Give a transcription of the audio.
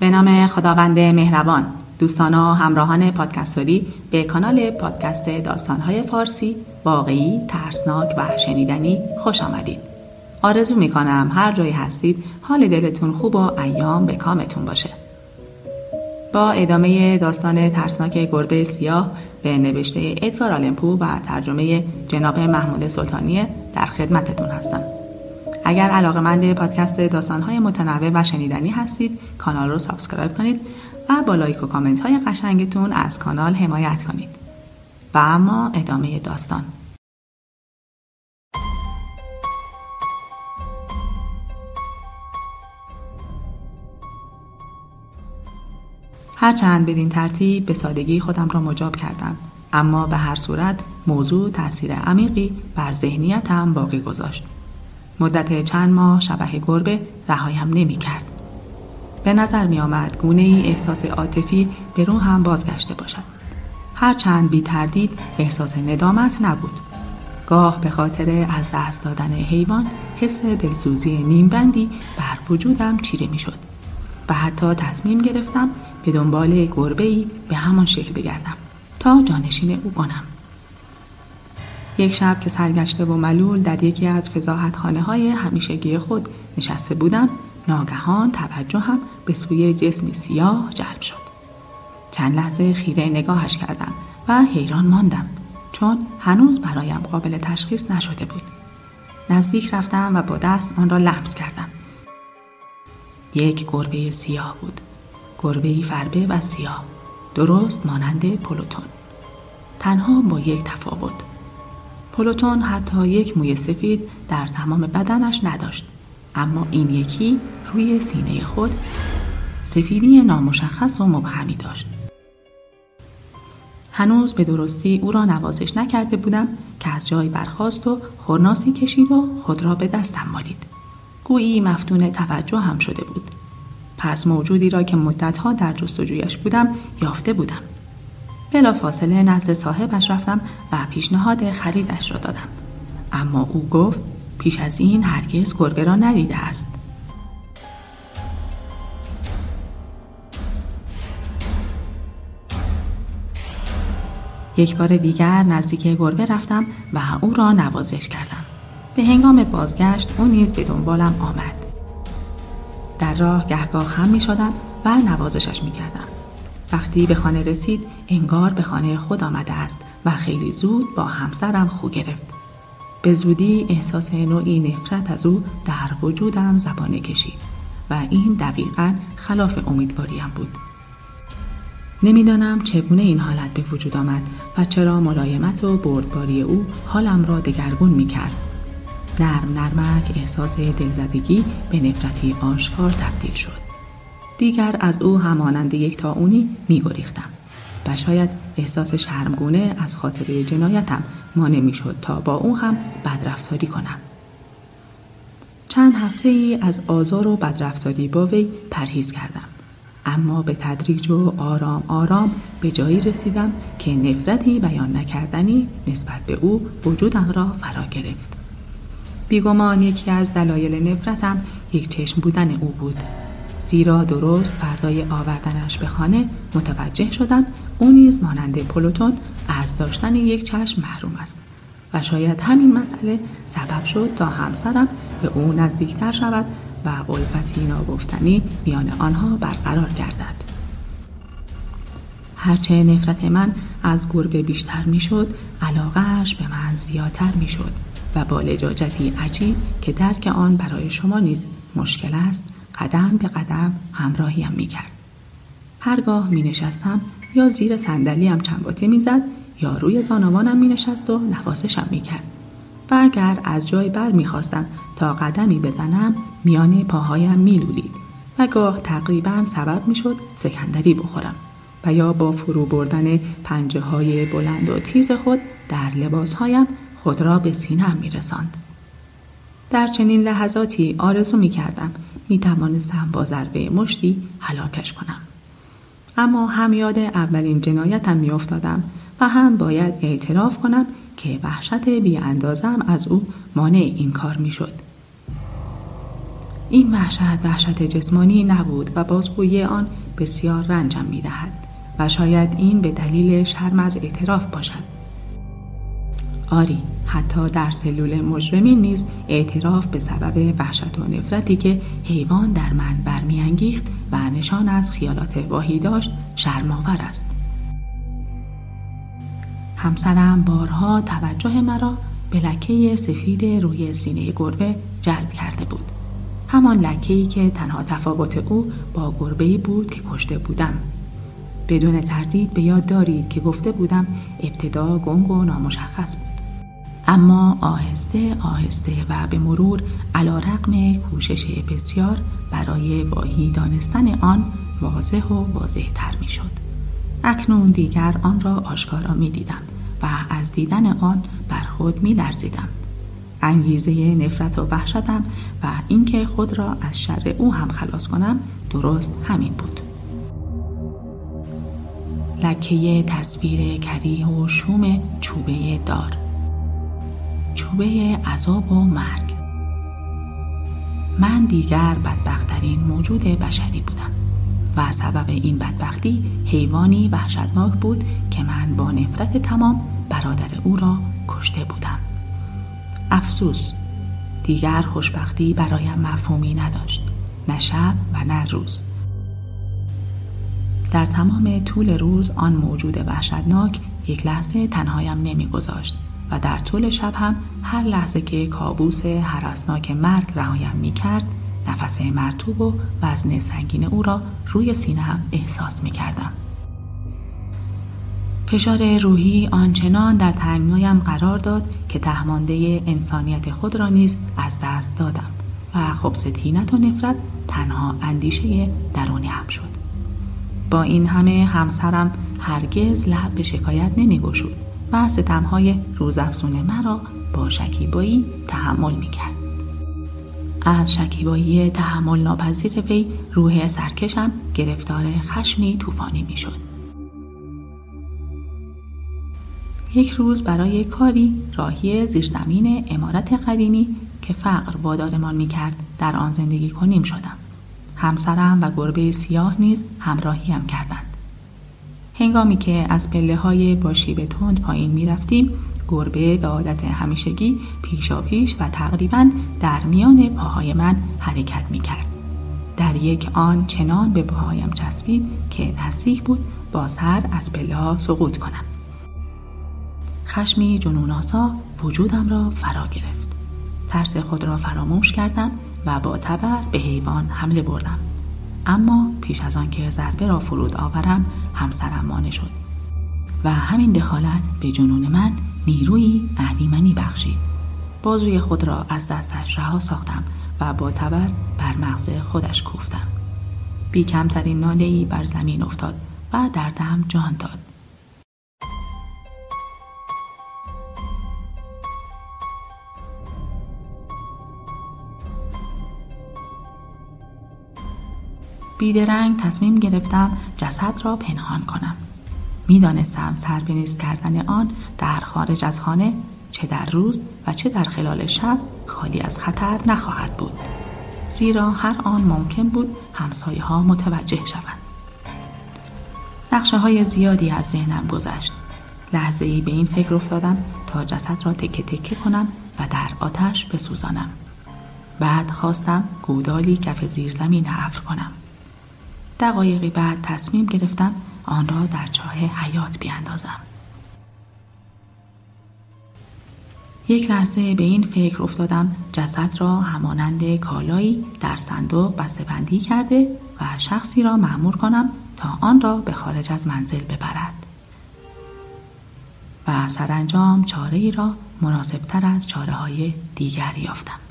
به نام خداوند مهربان. دوستان و همراهان پادکستوری به کانال پادکست داستان‌های فارسی واقعی، ترسناک و شنیدنی خوش آمدید. آرزو می‌کنم هر جایی هستید حال دلتون خوب و ایام به کامتون باشه. با ادامه داستان ترسناک گربه سیاه به نوشته ادگار آلن پو و ترجمه جناب محمود سلطانی در خدمتتون هستم. اگر علاقه‌مند پادکست داستان‌های متنوع و شنیدنی هستید، کانال رو سابسکرایب کنید و با لایک و کامنت‌های قشنگتون از کانال حمایت کنید. و اما ادامه داستان. هرچند بدین ترتیب به سادگی خودم را مجاب کردم، اما به هر صورت موضوع تأثیر عمیقی بر ذهنیتم باقی گذاشت. مدت چند ماه شبح گربه رهایم نمی کرد. به نظر می آمد گونه ای احساس عاطفی به روحم بازگشته باشد. هرچند بی تردید احساس ندامت نبود. گاه به خاطر از دست دادن حیوان حس دلسوزی نیمبندی بر وجودم چیره می شد و حتی تصمیم گرفتم به دنبال گربه‌ای به همان شکل بگردم تا جانشین او کنم. یک شب که سرگشته و ملول در یکی از فضاحتخانه‌های همیشگی خود نشسته بودم، ناگهان توجهم به سوی جسمی سیاه جلب شد. چند لحظه خیره نگاهش کردم و حیران ماندم، چون هنوز برایم قابل تشخیص نشده بود. نزدیک رفتم و با دست آن را لمس کردم. یک گربه سیاه بود. گربه‌ای فربه و سیاه، درست مانند پلوتون. تنها با یک تفاوت. پلوتون حتی یک موی سفید در تمام بدنش نداشت، اما این یکی روی سینه خود سفیدی نامشخص و مبهمی داشت. هنوز به درستی او را نوازش نکرده بودم که از جای برخاست و خرناسی کشید و خود را به دستم مالید. گویی مفتون توجه هم شده بود. پس موجودی را که مدتها در جستجویش بودم یافته بودم. بلافاصله نزد صاحبش رفتم و پیشنهاد خریدش را دادم، اما او گفت پیش از این هرگز گربه را ندیده است. یک بار دیگر نزدیک گربه رفتم و او را نوازش کردم. به هنگام بازگشت او نیز به دنبالم آمد. در راه گهگاه خم می شدم و نوازشش می کردم. وقتی به خانه رسید انگار به خانه خود آمده است و خیلی زود با همسرم خو گرفت. به زودی احساس نوعی نفرت از او در وجودم زبانه کشید و این دقیقاً خلاف امیدواریم بود. نمیدانم چگونه این حالت به وجود آمد و چرا ملایمت و بردباری او حالم را دگرگون می کرد. نرمک احساس دلزدگی به نفرتی آشکار تبدیل شد. دیگر از او همانند یک طاعونی می‌گریختم و شاید احساس شرمگونه از خاطره جنایتم مانع می‌شد تا با او هم بدرفتاری کنم. چند هفته‌ای از آزار و بدرفتاری با وی پرهیز کردم، اما به تدریج و آرام آرام به جایی رسیدم که نفرتی بیان نکردنی نسبت به او وجودم را فرا گرفت. بیگمان یکی از دلایل نفرتم یک چشم بودن او بود، زیرا درست فردای آوردنش به خانه متوجه شدم او نیز مانند پلوتون از داشتن یک چشم محروم است و شاید همین مسئله سبب شد تا همسرم به او نزدیکتر شود و الفتی ناگفتنی میان آنها برقرار گردد. هرچه نفرت من از گربه بیشتر میشد، علاقه‌اش به من زیادتر میشد و با لجاجتی عجیب که درک آن برای شما نیز مشکل است، قدم به قدم همراهیم می‌کرد. هرگاه می‌نشستم یا زیر صندلی‌ام چنباته می‌زد یا روی زانوانم می‌نشست و نوازشم می‌کرد. و اگر از جای بر می‌خواستم تا قدمی بزنم میان پاهایم می‌لولید و گاه تقریباً سبب می‌شد سکندری بخورم و یا با فرو بردن پنجه‌های بلند و تیز خود در لباسهایم خود را به سینه‌ام می‌رساند. در چنین لحظاتی آرزو می‌کردم می‌توانستم با ضربه مشتی هلاکش کنم. اما هم یاد اولین جنایتم می‌افتادم و هم باید اعتراف کنم که وحشت بی اندازم از او مانع این کار می‌شد. این وحشت جسمانی نبود و بازگویی آن بسیار رنجم می‌دهد و شاید این به دلیل شرم از اعتراف باشد. آری، حتی در سلول مجرمین نیز اعتراف به سبب وحشت و نفرتی که حیوان در من برمی‌انگیخت و نشان از خیالات واهی داشت شرم‌آور است. همسرم بارها توجه مرا به لکه سفید روی سینه گربه جلب کرده بود. همان لکه‌ای که تنها تفاوت او با گربه‌ای بود که کشته بودم. بدون تردید به یاد دارید که گفته بودم ابتدا گنگ و نامشخص بود. اما آهسته آهسته و به مرور علی‌رغم کوشش بسیار برای واهی دانستن آن واضح و واضح تر می شد. اکنون دیگر آن را آشکارا می دیدم و از دیدن آن بر خود می لرزیدم. انگیزه نفرت و وحشتم و اینکه خود را از شر او هم خلاص کنم درست همین بود. لکه تصویر کریه و شوم چوبه دار، چوبه عذاب و مرگ. من دیگر بدبخت‌ترین موجود بشری بودم و سبب این بدبختی حیوانی وحشتناک بود که من با نفرت تمام برادر او را کشته بودم. افسوس، دیگر خوشبختی برایم مفهومی نداشت، نه شب و نه روز. در تمام طول روز آن موجود وحشتناک یک لحظه تنهایم نمی‌گذاشت و در طول شب هم هر لحظه که کابوس هراسناک مرگ رهایم می‌کرد، نفس مرطوب و وزن سنگین او را روی سینه‌ام احساس می‌کردم. فشار روحی آنچنان در تنگنایم قرار داد که تهمانده انسانیت خود را نیز از دست دادم و خبث طینت و نفرت تنها اندیشه درونیم شد. با این همه همسرم هرگز لب به شکایت نمی‌گشود و ستم‌های روزافزون مرا با شکیبایی تحمل می‌کرد. از شکیبایی تحمل ناپذیر وی روح سرکشم گرفتار خشمی طوفانی می‌شد. یک روز برای کاری راهی زیرزمین عمارت قدیمی که فقر وادارمان می‌کرد در آن زندگی کنیم شدم. همسرم و گربه سیاه نیز همراهیم کردند. هنگامی که از پله‌های با شیب تند پایین می‌رفتیم، گربه به عادت همیشگی پیشاپیش و تقریباً در میان پاهای من حرکت می‌کرد. در یک آن چنان به پاهایم چسبید که نزدیک بود با سر از پله‌ها سقوط کنم. خشمی جنون‌آسا وجودم را فرا گرفت. ترس خود را فراموش کردم و با تبر به حیوان حمله بردم. اما پیش از آن که ضربه را فرود آورم همسرم مانع شد و همین دخالت به جنون من نیرویی اهریمنی بخشید. بازوی خود را از دستش رها ساختم و با تبر بر مغز خودش کوفتم. بی کمترین ناله‌ای بر زمین افتاد و در دم جان داد. بیدرنگ تصمیم گرفتم جسد را پنهان کنم. می‌دانستم سر به نیز کردن آن در خارج از خانه چه در روز و چه در خلال شب خالی از خطر نخواهد بود، زیرا هر آن ممکن بود همسایه‌ها متوجه شوند. نقشه‌های زیادی از ذهنم گذشت. لحظه‌ای به این فکر افتادم تا جسد را تکه تکه کنم و در آتش بسوزانم. بعد خواستم گودالی کف زیر زمین حفر کنم. دقایقی بعد تصمیم گرفتم آن را در چاه حیات بیاندازم. یک لحظه به این فکر افتادم جسد را همانند کالایی در صندوق بسته‌بندی کرده و شخصی را مأمور کنم تا آن را به خارج از منزل ببرد و سرانجام چاره‌ای را مناسبتر از چاره‌های دیگر یافتم.